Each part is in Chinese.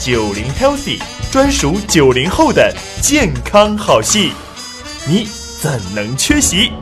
90 Healthy， 专属90后的健康好戏，你怎能缺席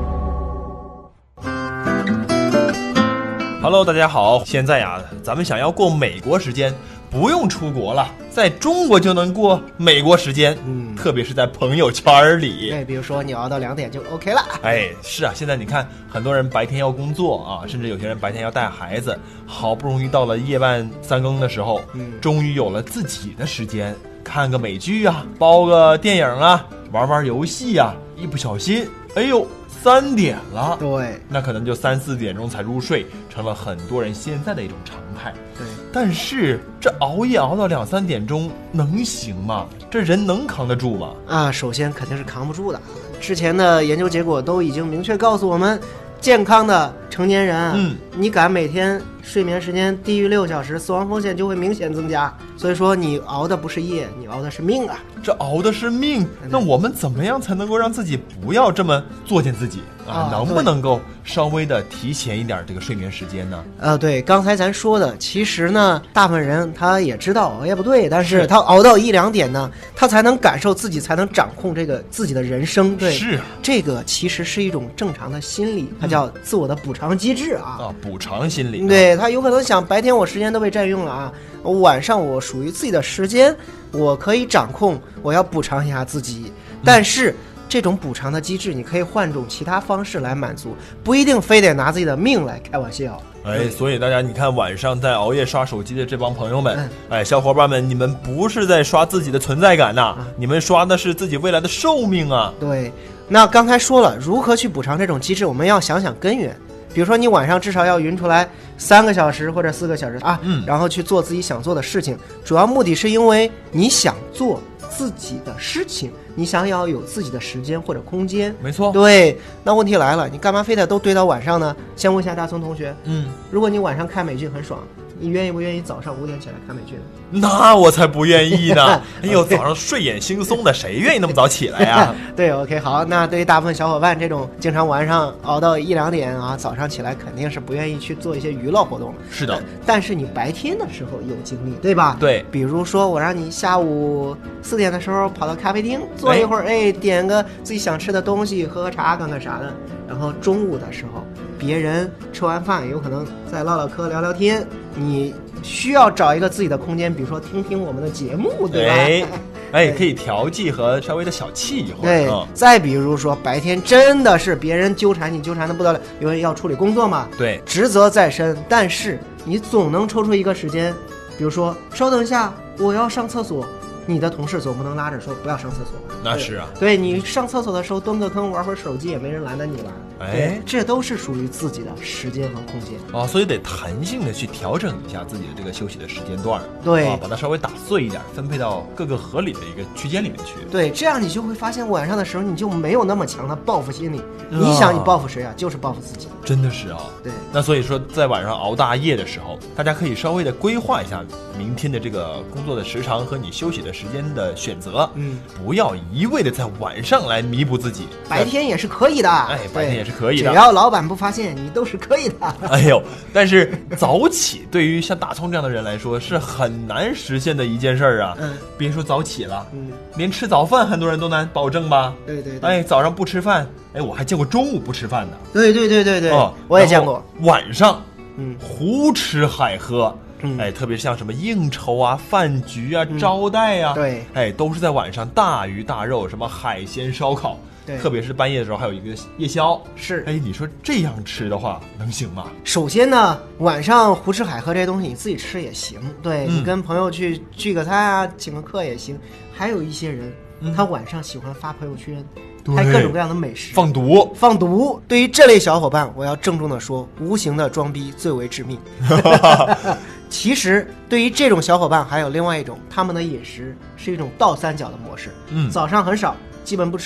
？Hello， 大家好，现在呀，咱们想要过美国时间，不用出国了，在中国就能过美国时间，特别是在朋友圈里。 对，比如说你熬到2点就 OK 了。 是啊，现在你看，很多人白天要工作啊，甚至有些人白天要带孩子，好不容易到了夜半3更的时候，终于有了自己的时间，看个美剧啊，煲个电影啊，玩玩游戏啊，一不小心，3点了， 对， 那可能就3、4点钟才入睡，成了很多人现在的一种常态。 对， 但是这熬夜熬到2、3点钟能行吗？这人能扛得住吗？ 首先肯定是扛不住的。之前的研究结果都已经明确告诉我们，健康的成年人，你敢每天睡眠时间低于6小时，死亡风险就会明显增加。所以说你熬的不是夜，你熬的是命啊！ 这熬的是命，那我们怎么样才能够让自己不要这么作践自己啊？能不能够稍微的提前一点这个睡眠时间呢？ 对，刚才咱说的，其实呢，大部分人他也知道熬夜不对，但是他熬到1、2点呢，他才能感受自己，才能掌控这个自己的人生。对， 是这个其实是一种正常的心理，它叫自我的补偿机制啊。 补偿心理。 对，他有可能想白天我时间都被占用了啊，晚上我属于自己的时间，我可以掌控，我要补偿一下自己。但是这种补偿的机制，你可以换种其他方式来满足，不一定非得拿自己的命来开玩笑。 所以大家你看，晚上在熬夜刷手机的这帮朋友们，小伙伴们，你们不是在刷自己的存在感呐，你们刷的是自己未来的寿命啊。 对，那刚才说了，如何去补偿这种机制，我们要想想根源。比如说你晚上至少要匀出来3个小时或者4个小时啊，然后去做自己想做的事情，主要目的是因为你想做自己的事情，你想要有自己的时间或者空间。 没错。 对，那问题来了，你干嘛非得都堆到晚上呢？先问一下大葱同学，如果你晚上看美剧很爽，你愿意不愿意早上5点起来看美剧呢？ 那我才不愿意呢！早上睡眼惺忪的，谁愿意那么早起来呀？ 对 ，OK， 好，那对于大部分小伙伴，这种经常晚上熬到1、2点啊，早上起来肯定是不愿意去做一些娱乐活动了。 是的， 但是你白天的时候有精力，对吧？ 对， 比如说我让你下午4点的时候跑到咖啡厅坐一会儿，点个自己想吃的东西，喝喝茶，干干啥的。然后中午的时候，别人吃完饭有可能再唠唠嗑、聊聊天，你需要找一个自己的空间，比如说听听我们的节目，对吧？ 可以调剂和稍微的小憩一会儿。 对，再比如说白天真的是别人纠缠你，纠缠的不得了，因为要处理工作嘛， 对， 职责在身，但是你总能抽出一个时间，比如说稍等一下，我要上厕所。你的同事总不能拉着说不要上厕所吧？ 那是啊， 对，你上厕所的时候蹲个坑玩会儿手机也没人拦着你了。这都是属于自己的时间和空间所以得弹性的去调整一下自己的这个休息的时间段。 对， 把它稍微打碎一点，分配到各个合理的一个区间里面去。 对，这样你就会发现晚上的时候你就没有那么强的报复心理。你想你报复谁啊？就是报复自己。 真的是啊。 对， 那所以说在晚上熬大夜的时候，大家可以稍微的规划一下明天的这个工作的时长和你休息的时间的选择，不要一味的在晚上来弥补自己， 白天也是可以的， 白天也是可以的， 只要老板不发现，你都是可以的。 但是早起对于像大葱这样的人来说是很难实现的一件事儿啊。别说早起了，连吃早饭很多人都难保证吧？ 对， 早上不吃饭，我还见过中午不吃饭的。 对，我也见过。 晚上，胡吃海喝。特别像什么应酬啊、饭局啊、招待啊，都是在晚上大鱼大肉，什么海鲜烧烤，特别是半夜的时候还有一个夜宵。 是， 你说这样吃的话能行吗？ 首先呢，晚上胡吃海喝这些东西你自己吃也行，对，你跟朋友去聚个餐啊，请个客也行。还有一些人，他晚上喜欢发朋友圈，拍各种各样的美食， 放毒。 对于这类小伙伴，我要郑重的说，无形的装逼最为致命。其实对于这种小伙伴还有另外一种，他们的饮食是一种倒三角的模式。早上很少，基本不吃，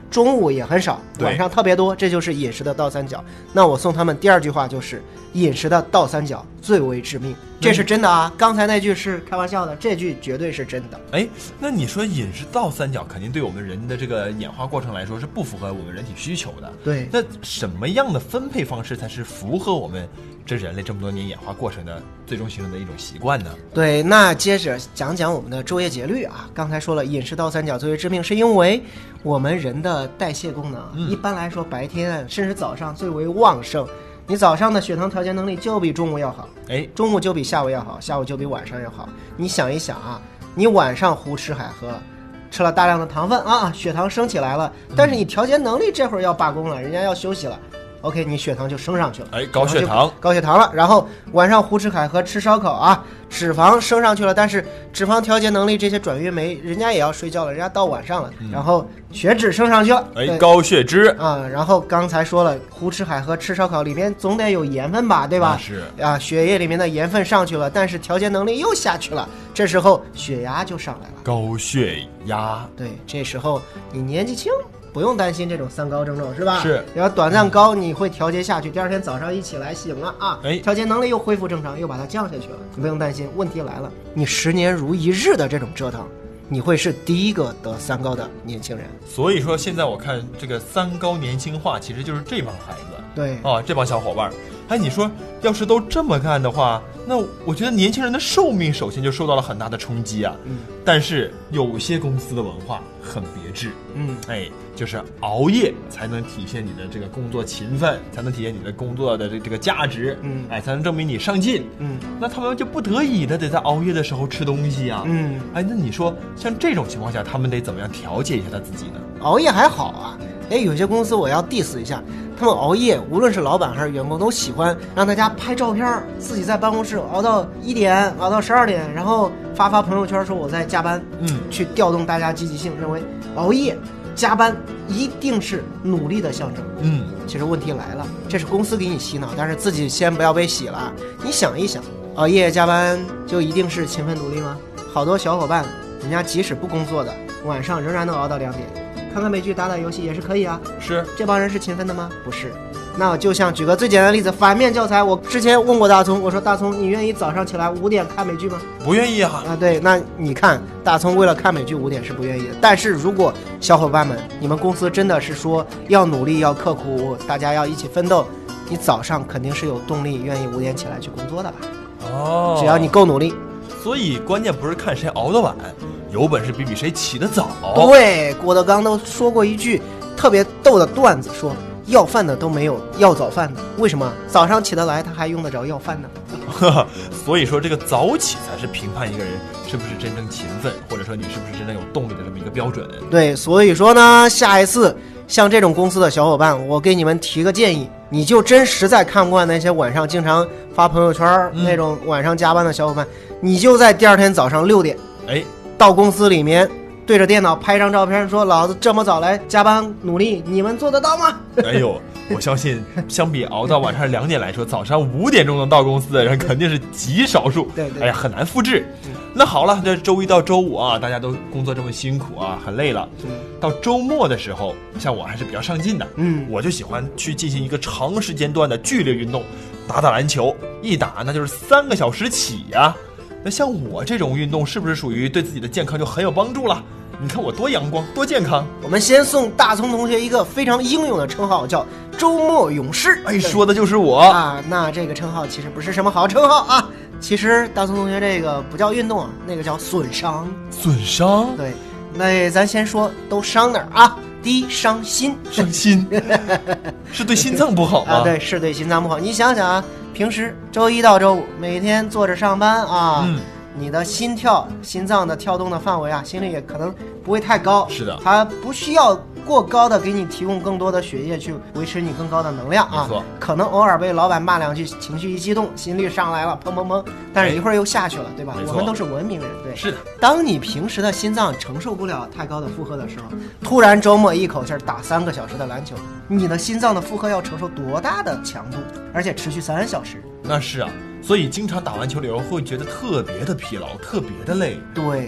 中午也很少， 对晚上特别多，这就是饮食的倒三角。那我送他们第二句话就是饮食的倒三角最为致命，这是真的啊！刚才那句是开玩笑的，这句绝对是真的。 哎，那你说饮食倒三角肯定对我们人的这个演化过程来说是不符合我们人体需求的。 对， 那什么样的分配方式才是符合我们这人类这么多年演化过程的最终形成的一种习惯呢？ 对，那接着讲讲我们的昼夜节律啊。刚才说了，饮食倒三角最为致命，是因为我们人的代谢功能，一般来说白天甚至早上最为旺盛。你早上的血糖调节能力就比中午要好，中午就比下午要好，下午就比晚上要好。你想一想啊，你晚上胡吃海喝，吃了大量的糖分啊，血糖升起来了，但是你调节能力这会儿要罢工了，人家要休息了。OK， 你血糖就升上去了， 高血糖了。然后晚上胡吃海喝吃烧烤啊，脂肪升上去了，但是脂肪调节能力这些转运酶，人家也要睡觉了，人家到晚上了，然后血脂升上去了， 高血脂啊。然后刚才说了，胡吃海喝吃烧烤里面总得有盐分吧，对吧？ 是啊，血液里面的盐分上去了，但是调节能力又下去了，这时候血压就上来了， 高血压。 对，这时候你年纪轻，不用担心这种三高症状，是吧？ 是， 然后短暂高你会调节下去，第二天早上一起来醒了啊，调节能力又恢复正常，又把它降下去了，你不用担心。问题来了，你10年如一日的这种折腾，你会是第一个得三高的年轻人。 所以说现在我看这个三高年轻化其实就是这帮孩子， 对啊，这帮小伙伴。哎，你说要是都这么干的话，那我觉得年轻人的寿命首先就受到了很大的冲击啊。但是有些公司的文化很别致，就是熬夜才能体现你的这个工作勤奋，才能体现你的工作的这个价值，才能证明你上进，那他们就不得已的得在熬夜的时候吃东西啊，那你说像这种情况下，他们得怎么样调节一下他自己呢？ 熬夜还好啊，有些公司我要 diss 一下，他们熬夜，无论是老板还是员工，都喜欢让大家拍照片，自己在办公室熬到1点，熬到12点，然后发朋友圈说我在加班，去调动大家积极性，认为熬夜加班一定是努力的象征。其实问题来了，这是公司给你洗脑，但是自己先不要被洗了。你想一想，熬夜加班就一定是勤奋努力吗？好多小伙伴，人家即使不工作的，晚上仍然能熬到2点，看看美剧打打游戏也是可以啊。 是， 这帮人是勤奋的吗？不是。那我就像举个最简单的例子，反面教材，我之前问过大葱，我说大葱，你愿意早上起来5点看美剧吗？ 不愿意啊。 对，那你看大葱为了看美剧5点是不愿意的。但是如果小伙伴们，你们公司真的是说要努力要刻苦，大家要一起奋斗，你早上肯定是有动力愿意5点起来去工作的吧？只要你够努力。 所以关键不是看谁熬得晚，有本事比谁起得早。 对，郭德纲都说过一句特别逗的段子，说要饭的都没有要早饭的，为什么？早上起得来他还用得着要饭呢？ 所以说这个早起才是评判一个人是不是真正勤奋，或者说你是不是真正有动力的这么一个标准。 对，所以说呢，下一次像这种公司的小伙伴，我给你们提个建议，你就真实在看不惯那些晚上经常发朋友圈那种晚上加班的小伙伴，你就在第二天早上6点到公司里面对着电脑拍一张照片，说老子这么早来加班努力，你们做得到吗？ 我相信相比熬到晚上2点来说，早上5点钟能到公司的人肯定是极少数。 对， 很难复制。那好了，这周一到周五啊，大家都工作这么辛苦啊，很累了。到周末的时候，像我还是比较上进的，我就喜欢去进行一个长时间段的剧烈运动，打篮球，一打那就是3个小时起呀。那像我这种运动是不是属于对自己的健康就很有帮助了？你看我多阳光多健康。 我们先送大葱同学一个非常英勇的称号，叫周末勇士。 说的就是我啊。那这个称号其实不是什么好称号啊，其实大葱同学这个不叫运动啊，那个叫损伤。 损伤？ 对，那咱先说都伤哪儿啊？第一，伤心。 伤心是对心脏不好吗？ 对，是对心脏不好。你想想啊，平时周一到周五每天坐着上班啊，你的心脏的跳动的范围啊，心率也可能不会太高。 是的， 它不需要过高的给你提供更多的血液去维持你更高的能量啊。 没错， 可能偶尔被老板骂2句，情绪一激动，心率上来了，砰砰砰，但是一会儿又下去了，对吧？我们都是文明人，对。 是的。 当你平时的心脏承受不了太高的负荷的时候，突然周末一口气打3个小时的篮球，你的心脏的负荷要承受多大的强度，而且持续3小时。 那是啊。所以经常打完球以后会觉得特别的疲劳，特别的累。 对，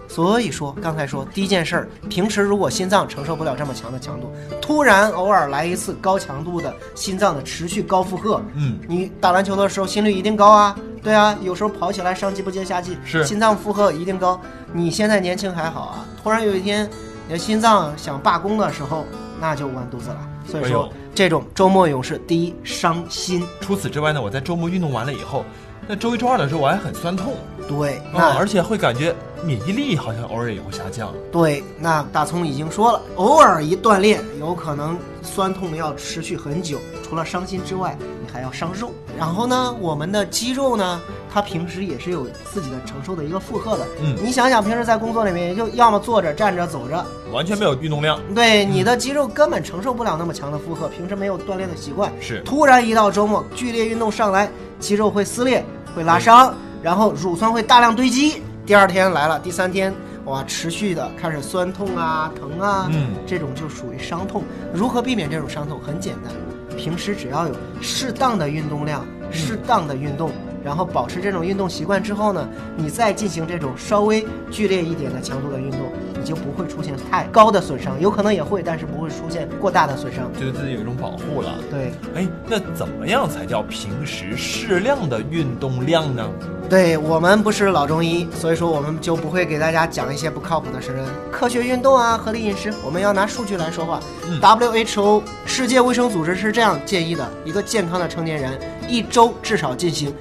所以说刚才说第一件事儿，平时如果心脏承受不了这么强的强度，突然偶尔来一次高强度的心脏的持续高负荷，你打篮球的时候心率一定高啊，对啊，有时候跑起来上气不接下气， 是心脏负荷一定高。你现在年轻还好啊，突然有一天你的心脏想罢工的时候，那就完肚子了。所以说，这种周末勇士，第一伤心。 除此之外呢，我在周末运动完了以后，那周一周二的时候我还很酸痛。 对， 而且会感觉免疫力好像偶尔也会下降。 对，那大葱已经说了，偶尔一锻炼，有可能酸痛要持续很久。除了伤心之外，你还要伤肉。然后呢，我们的肌肉呢，它平时也是有自己的承受的一个负荷的。你想想，平时在工作里面，也就要么坐着、站着、走着， 完全没有运动量。 对，你的肌肉根本承受不了那么强的负荷，平时没有锻炼的习惯。 是， 突然一到周末，剧烈运动上来，肌肉会撕裂，会拉伤。然后乳酸会大量堆积，第二天来了，第三天哇，持续的开始酸痛啊、疼啊，这种就属于伤痛。如何避免这种伤痛？很简单，平时只要有适当的运动量、适当的运动，然后保持这种运动习惯之后呢，你再进行这种稍微剧烈一点的强度的运动，你就不会出现太高的损伤，有可能也会，但是不会出现过大的损伤， 就对自己有一种保护了。 对， 那怎么样才叫平时适量的运动量呢？ 对，我们不是老中医，所以说我们就不会给大家讲一些不靠谱的事。科学运动啊，合理饮食，我们要拿数据来说话。WHO 世界卫生组织是这样建议的：一个健康的成年人一周至少进行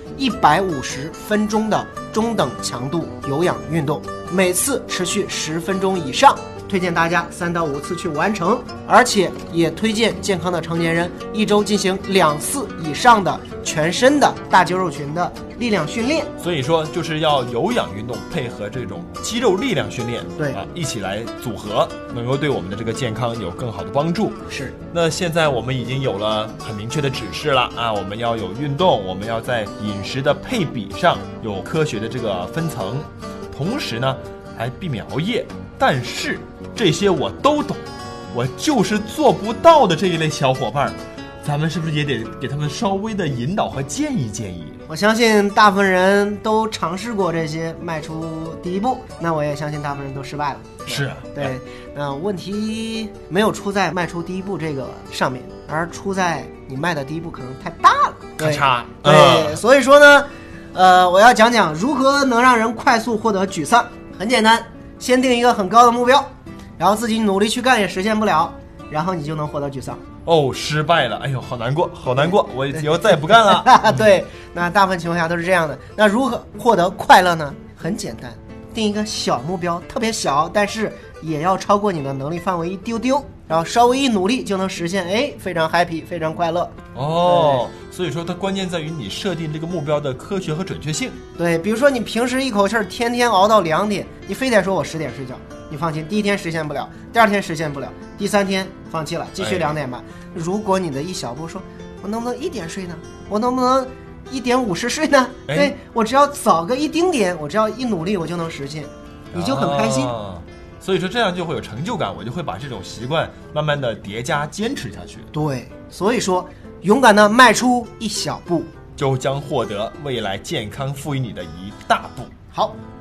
150分钟的中等强度有氧运动，每次持续10分钟以上。推荐大家3到5次去完成，而且也推荐健康的成年人一周进行2次以上的全身的大肌肉群的力量训练。 所以说就是要有氧运动配合这种肌肉力量训练， 对一起来组合，能够对我们的这个健康有更好的帮助。 是。 那现在我们已经有了很明确的指示了啊，我们要有运动，我们要在饮食的配比上有科学的这个分层，同时呢还避免熬夜。但是这些我都懂，我就是做不到的这一类小伙伴，咱们是不是也得给他们稍微的引导和建议建议？ 我相信大部分人都尝试过这些，迈出第一步，那我也相信大部分人都失败了。 是， 对，那问题没有出在迈出第一步这个上面，而出在你迈的第一步可能太大了。 咔嚓。 对，所以说呢，我要讲讲如何能让人快速获得沮丧。很简单，先定一个很高的目标，然后自己努力去干也实现不了，然后你就能获得沮丧。 失败了，哎呦，好难过，好难过，我以后再也不干了。 对，那大部分情况下都是这样的。那如何获得快乐呢？很简单，定一个小目标，特别小，但是也要超过你的能力范围一丢丢，然后稍微一努力就能实现，非常 happy， 非常快乐。 所以说它关键在于你设定这个目标的科学和准确性。 对，比如说你平时一口气天天熬到2点，你非得说我10点睡觉，你放心，第一天实现不了，第二天实现不了，第三天放弃了，继续2点吧。如果你的一小步说，我能不能1点睡呢？我能不能1点50睡呢？对，我只要早个1丁点，我只要一努力，我就能实现，你就很开心。 所以说这样就会有成就感，我就会把这种习惯慢慢的叠加坚持下去。 对，所以说勇敢的迈出一小步， 就将获得未来健康赋予你的一大步。 好，